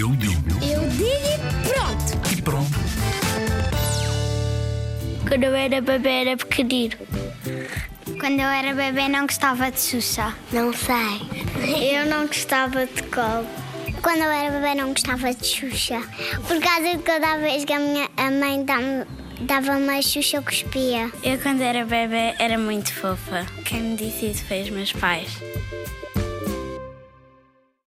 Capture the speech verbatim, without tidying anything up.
Eu digo. Eu digo e pronto. E pronto. Quando eu era bebê era pequenino. Quando eu era bebê não gostava de Xuxa. Não sei. Eu não gostava de colo. Quando eu era bebê não gostava de Xuxa. Por causa de cada vez que a minha a mãe dava-me dava uma Xuxa eu cuspia. Eu quando era bebê era muito fofa. Quem me disse isso foi os meus pais.